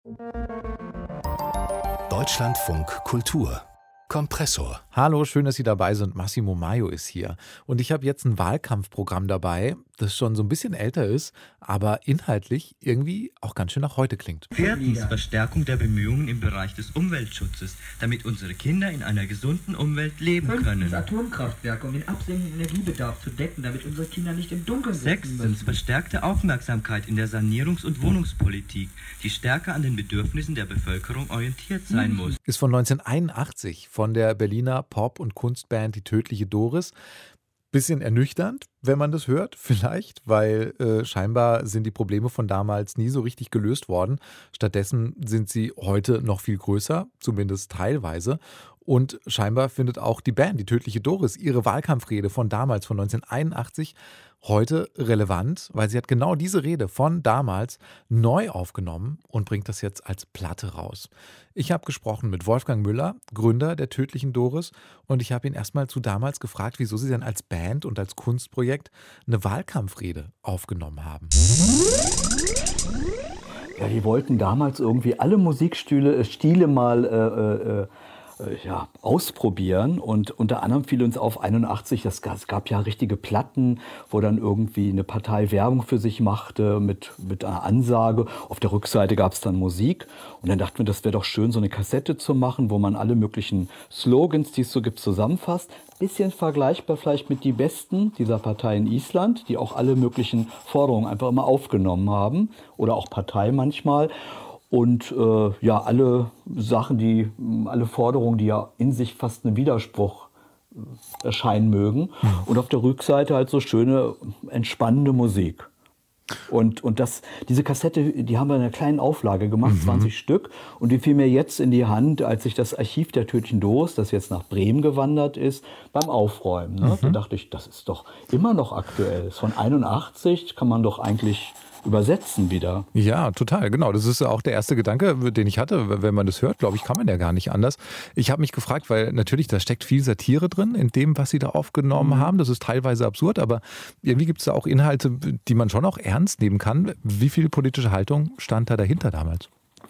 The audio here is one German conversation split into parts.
Deutschlandfunk Kultur Kompressor. Hallo, schön, dass Sie dabei sind. Massimo Maio ist hier. Und ich habe jetzt ein Wahlkampfprogramm dabei, das schon so ein bisschen älter ist, aber inhaltlich irgendwie auch ganz schön nach heute klingt. Viertens, Verstärkung der Bemühungen im Bereich des Umweltschutzes, damit unsere Kinder in einer gesunden Umwelt leben können. Atomkraftwerke, um den absinkenden Energiebedarf zu decken, damit unsere Kinder nicht im Dunkeln sitzen Sechstens, müssen. verstärkte Aufmerksamkeit in der Sanierungs- und Wohnungspolitik, die stärker an den Bedürfnissen der Bevölkerung orientiert sein muss. Ist von 1981 von der Berliner Pop- und Kunstband Die Tödliche Doris. Bisschen ernüchternd, wenn man das hört, vielleicht, weil scheinbar sind die Probleme von damals nie so richtig gelöst worden. Stattdessen sind sie heute noch viel größer, zumindest teilweise. Und scheinbar findet auch die Band, Die Tödliche Doris, ihre Wahlkampfrede von damals, von 1981, heute relevant, weil sie hat genau diese Rede von damals neu aufgenommen und bringt das jetzt als Platte raus. Ich habe gesprochen mit Wolfgang Müller, Gründer der Tödlichen Doris, und ich habe ihn erstmal zu damals gefragt, wieso sie denn als Band und als Kunstprojekt eine Wahlkampfrede aufgenommen haben. Ja, die wollten damals irgendwie alle Musikstile mal ausprobieren, und unter anderem fiel uns auf 81, es gab ja richtige Platten, wo dann irgendwie eine Partei Werbung für sich machte mit einer Ansage. Auf der Rückseite gab es dann Musik, und dann dachten wir, das wäre doch schön, so eine Kassette zu machen, wo man alle möglichen Slogans, die es so gibt, zusammenfasst. Bisschen vergleichbar vielleicht mit Die Besten dieser Partei in Island, die auch alle möglichen Forderungen einfach immer aufgenommen haben, oder auch Partei manchmal. Und alle Sachen, alle Forderungen, die ja in sich fast einen Widerspruch erscheinen mögen. Und auf der Rückseite halt so schöne, entspannende Musik. Und diese Kassette, die haben wir in einer kleinen Auflage gemacht, 20 Stück. Und die fiel mir jetzt in die Hand, als ich das Archiv der Tödlichen Doris, das jetzt nach Bremen gewandert ist, beim Aufräumen. Ne? Da dachte ich, das ist doch immer noch aktuell. Das ist von 81, kann man doch eigentlich übersetzen wieder. Ja, total, genau. Das ist auch der erste Gedanke, den ich hatte. Wenn man das hört, glaube ich, kann man ja gar nicht anders. Ich habe mich gefragt, weil natürlich, da steckt viel Satire drin in dem, was Sie da aufgenommen haben. Das ist teilweise absurd, aber irgendwie gibt es da auch Inhalte, die man schon auch ernst nehmen kann. Wie viel politische Haltung stand da dahinter damals?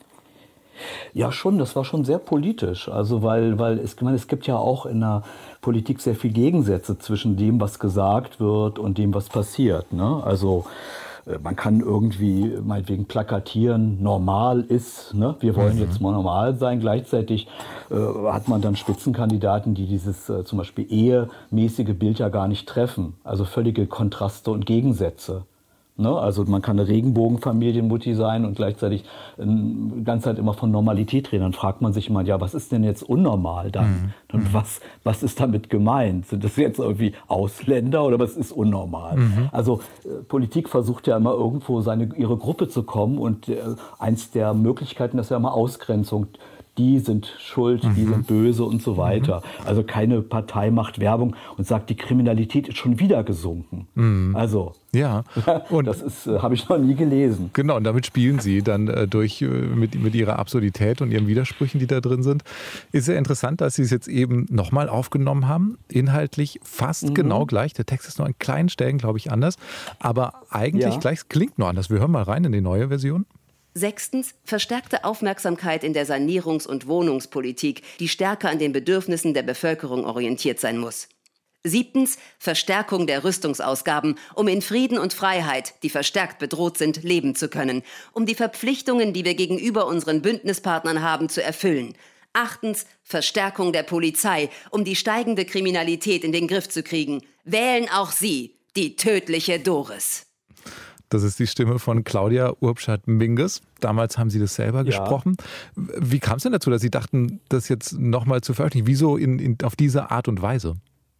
Ja, schon, das war schon sehr politisch. Also weil es gibt ja auch in der Politik sehr viel Gegensätze zwischen dem, was gesagt wird, und dem, was passiert. Ne? Also man kann irgendwie meinetwegen plakatieren, normal ist, ne? Wir wollen jetzt mal normal sein. Gleichzeitig hat man dann Spitzenkandidaten, die dieses zum Beispiel ehemäßige Bild ja gar nicht treffen. Also völlige Kontraste und Gegensätze. Ne? Also man kann eine Regenbogenfamilienmutti sein und gleichzeitig die ganze Zeit immer von Normalität reden. Dann fragt man sich immer, ja, was ist denn jetzt unnormal dann? Und was ist damit gemeint? Sind das jetzt irgendwie Ausländer oder was ist unnormal? Also Politik versucht ja immer irgendwo ihre Gruppe zu kommen, und eins der Möglichkeiten ist ja immer Ausgrenzung. Die sind schuld, die sind böse und so weiter. Also keine Partei macht Werbung und sagt, die Kriminalität ist schon wieder gesunken. Also ja, und das habe ich noch nie gelesen. Genau, und damit spielen Sie dann mit Ihrer Absurdität und Ihren Widersprüchen, die da drin sind. Ist sehr interessant, dass Sie es jetzt eben nochmal aufgenommen haben. Inhaltlich fast genau gleich. Der Text ist nur an kleinen Stellen, glaube ich, anders. Aber eigentlich gleich, es klingt nur anders. Wir hören mal rein in die neue Version. Sechstens, verstärkte Aufmerksamkeit in der Sanierungs- und Wohnungspolitik, die stärker an den Bedürfnissen der Bevölkerung orientiert sein muss. Siebtens, Verstärkung der Rüstungsausgaben, um in Frieden und Freiheit, die verstärkt bedroht sind, leben zu können, um die Verpflichtungen, die wir gegenüber unseren Bündnispartnern haben, zu erfüllen. Achtens, Verstärkung der Polizei, um die steigende Kriminalität in den Griff zu kriegen. Wählen auch Sie die tödliche Doris. Das ist die Stimme von Claudia Urbschat-Minges. Damals haben Sie das selber gesprochen. Wie kam es denn dazu, dass Sie dachten, das jetzt nochmal zu veröffentlichen? Wieso auf diese Art und Weise?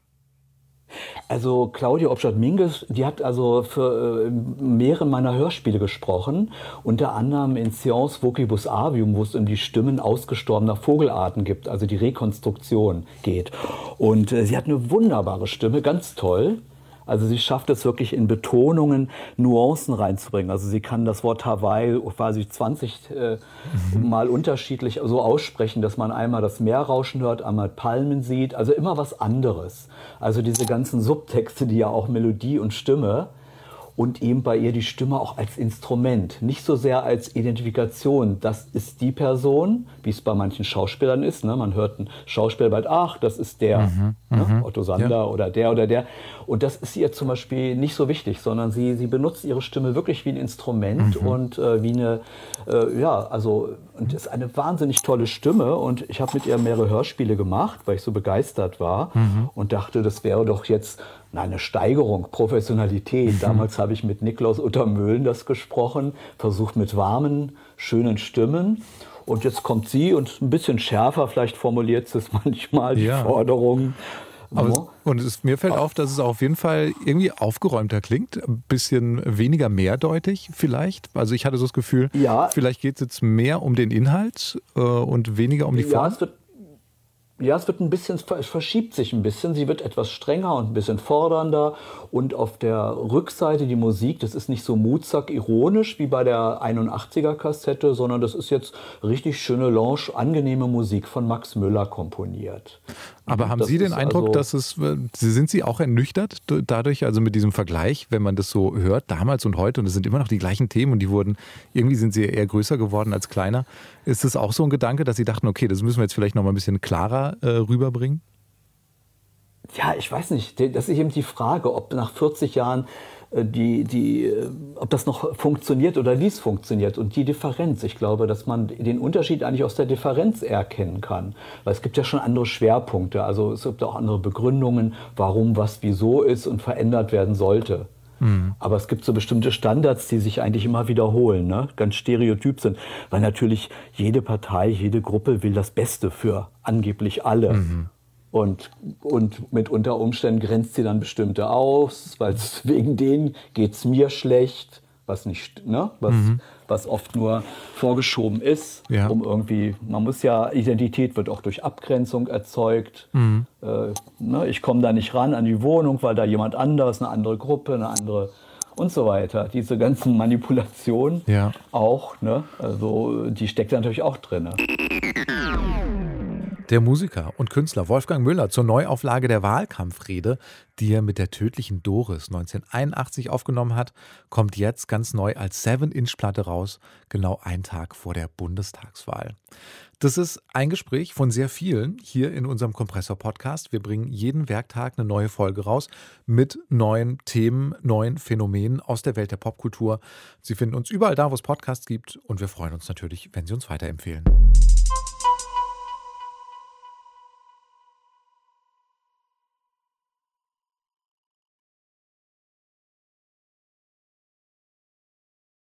Also Claudia Urbschat-Minges, die hat also für mehrere meiner Hörspiele gesprochen, unter anderem in Science Vocibus Avium, wo es um die Stimmen ausgestorbener Vogelarten gibt, also die Rekonstruktion geht. Und sie hat eine wunderbare Stimme, ganz toll. Also sie schafft es wirklich in Betonungen, Nuancen reinzubringen. Also sie kann das Wort Hawaii quasi 20 Mal unterschiedlich so aussprechen, dass man einmal das Meerrauschen hört, einmal Palmen sieht. Also immer was anderes. Also diese ganzen Subtexte, die ja auch Melodie und Stimme. und eben bei ihr die Stimme auch als Instrument, nicht so sehr als Identifikation. Das ist die Person, wie es bei manchen Schauspielern ist. Ne? Man hört einen Schauspieler bald, ach, das ist der, ne? Otto Sander oder der. Und das ist ihr zum Beispiel nicht so wichtig, sondern sie benutzt ihre Stimme wirklich wie ein Instrument und wie eine, und ist eine wahnsinnig tolle Stimme. Und ich habe mit ihr mehrere Hörspiele gemacht, weil ich so begeistert war und dachte, das wäre doch jetzt eine Steigerung, Professionalität. Damals habe ich mit Niklaus Uttermöhlen das gesprochen, versucht mit warmen, schönen Stimmen. Und jetzt kommt sie und ein bisschen schärfer, vielleicht formuliert sie es manchmal, die Forderungen. Mir fällt auf, dass es auf jeden Fall irgendwie aufgeräumter klingt, ein bisschen weniger mehrdeutig vielleicht. Also ich hatte so das Gefühl, vielleicht geht es jetzt mehr um den Inhalt und weniger um die Form. Es wird ein bisschen, es verschiebt sich ein bisschen. Sie wird etwas strenger und ein bisschen fordernder. Und auf der Rückseite die Musik, das ist nicht so Muzak-ironisch wie bei der 81er-Kassette, sondern das ist jetzt richtig schöne Lounge, angenehme Musik von Max Müller komponiert. Aber haben Sie den Eindruck, dass sind Sie auch ernüchtert dadurch, also mit diesem Vergleich, wenn man das so hört, damals und heute, und es sind immer noch die gleichen Themen und irgendwie sind sie eher größer geworden als kleiner. Ist es auch so ein Gedanke, dass Sie dachten, okay, das müssen wir jetzt vielleicht noch mal ein bisschen klarer rüberbringen? Ja, ich weiß nicht. Das ist eben die Frage, ob nach 40 Jahren ob das noch funktioniert oder wie es funktioniert. Und die Differenz, ich glaube, dass man den Unterschied eigentlich aus der Differenz erkennen kann. Weil es gibt ja schon andere Schwerpunkte. Also es gibt auch andere Begründungen, warum was wieso ist und verändert werden sollte. Aber es gibt so bestimmte Standards, die sich eigentlich immer wiederholen, ne? Ganz stereotyp sind. Weil natürlich jede Partei, jede Gruppe will das Beste für angeblich alle. Und mit unter Umständen grenzt sie dann bestimmte aus, weil wegen denen geht's mir schlecht, was nicht, ne? Was oft nur vorgeschoben ist, um irgendwie, Identität wird auch durch Abgrenzung erzeugt. Ich komme da nicht ran an die Wohnung, weil da jemand anders, eine andere Gruppe, eine andere und so weiter. Diese ganzen Manipulationen auch, ne? Also die steckt natürlich auch drin. Der Musiker und Künstler Wolfgang Müller zur Neuauflage der Wahlkampfrede, die er mit der tödlichen Doris 1981 aufgenommen hat, kommt jetzt ganz neu als 7-Inch-Platte raus, genau einen Tag vor der Bundestagswahl. Das ist ein Gespräch von sehr vielen hier in unserem Kompressor-Podcast. Wir bringen jeden Werktag eine neue Folge raus mit neuen Themen, neuen Phänomenen aus der Welt der Popkultur. Sie finden uns überall da, wo es Podcasts gibt, und wir freuen uns natürlich, wenn Sie uns weiterempfehlen.